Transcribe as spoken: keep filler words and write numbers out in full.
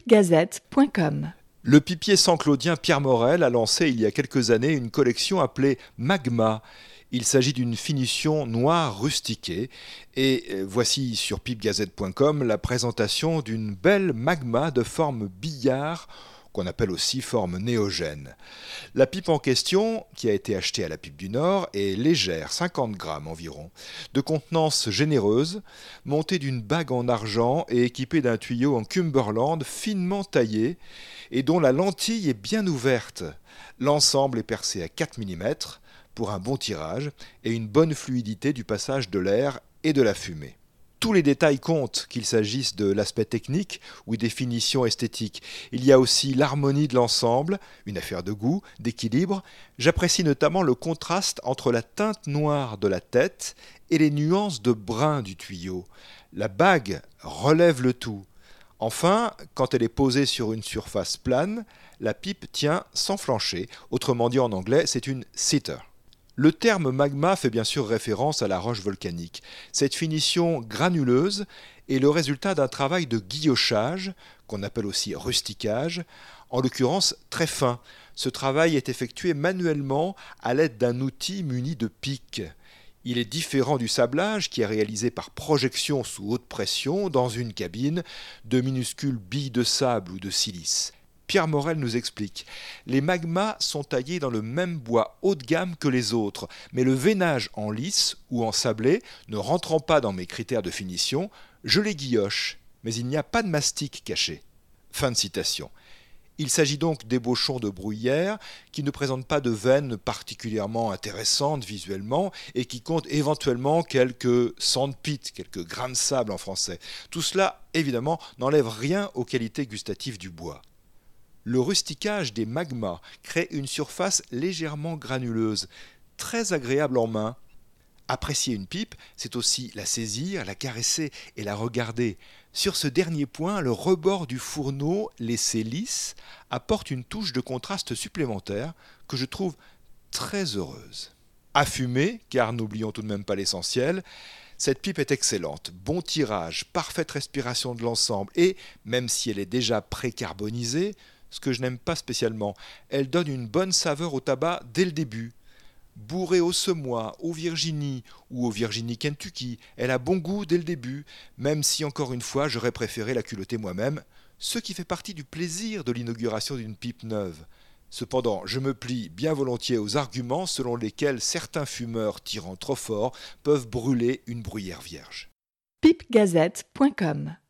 gazette point com. Le pipier saint-claudien Pierre Morel a lancé il y a quelques années une collection appelée Magma. Il s'agit d'une finition noire rustiquée et voici sur pipe gazette point com la présentation d'une belle magma de forme billard qu'on appelle aussi forme néogène. La pipe en question, qui a été achetée à la Pipe du Nord, est légère, cinquante grammes environ, de contenance généreuse, montée d'une bague en argent et équipée d'un tuyau en Cumberland finement taillé et dont la lentille est bien ouverte. L'ensemble est percé à quatre millimètres pour un bon tirage et une bonne fluidité du passage de l'air et de la fumée. Tous les détails comptent, qu'il s'agisse de l'aspect technique ou des finitions esthétiques. Il y a aussi l'harmonie de l'ensemble, une affaire de goût, d'équilibre. J'apprécie notamment le contraste entre la teinte noire de la tête et les nuances de brun du tuyau. La bague relève le tout. Enfin, quand elle est posée sur une surface plane, la pipe tient sans flancher. Autrement dit en anglais, c'est une sitter. Le terme magma fait bien sûr référence à la roche volcanique. Cette finition granuleuse est le résultat d'un travail de guillochage, qu'on appelle aussi rusticage, en l'occurrence très fin. Ce travail est effectué manuellement à l'aide d'un outil muni de pics. Il est différent du sablage qui est réalisé par projection sous haute pression dans une cabine de minuscules billes de sable ou de silice. Pierre Morel nous explique. Les magmas sont taillés dans le même bois haut de gamme que les autres, mais le veinage en lisse ou en sablé ne rentrant pas dans mes critères de finition, je les guilloche, mais il n'y a pas de mastic caché. Fin de citation. Il s'agit donc d'ébauchons de bruyère qui ne présentent pas de veines particulièrement intéressantes visuellement et qui comptent éventuellement quelques sandpits, quelques grains de sable en français. Tout cela, évidemment, n'enlève rien aux qualités gustatives du bois. Le rusticage des magmas crée une surface légèrement granuleuse, très agréable en main. Apprécier une pipe, c'est aussi la saisir, la caresser et la regarder. Sur ce dernier point, le rebord du fourneau laissé lisse apporte une touche de contraste supplémentaire que je trouve très heureuse. À fumer, car n'oublions tout de même pas l'essentiel, cette pipe est excellente, bon tirage, parfaite respiration de l'ensemble et, même si elle est déjà précarbonisée, ce que je n'aime pas spécialement, elle donne une bonne saveur au tabac dès le début. Bourrée au semois, au Virginie ou au Virginie Kentucky, elle a bon goût dès le début, même si encore une fois j'aurais préféré la culotter moi-même, ce qui fait partie du plaisir de l'inauguration d'une pipe neuve. Cependant, je me plie bien volontiers aux arguments selon lesquels certains fumeurs tirant trop fort peuvent brûler une bruyère vierge. pipe gazette point com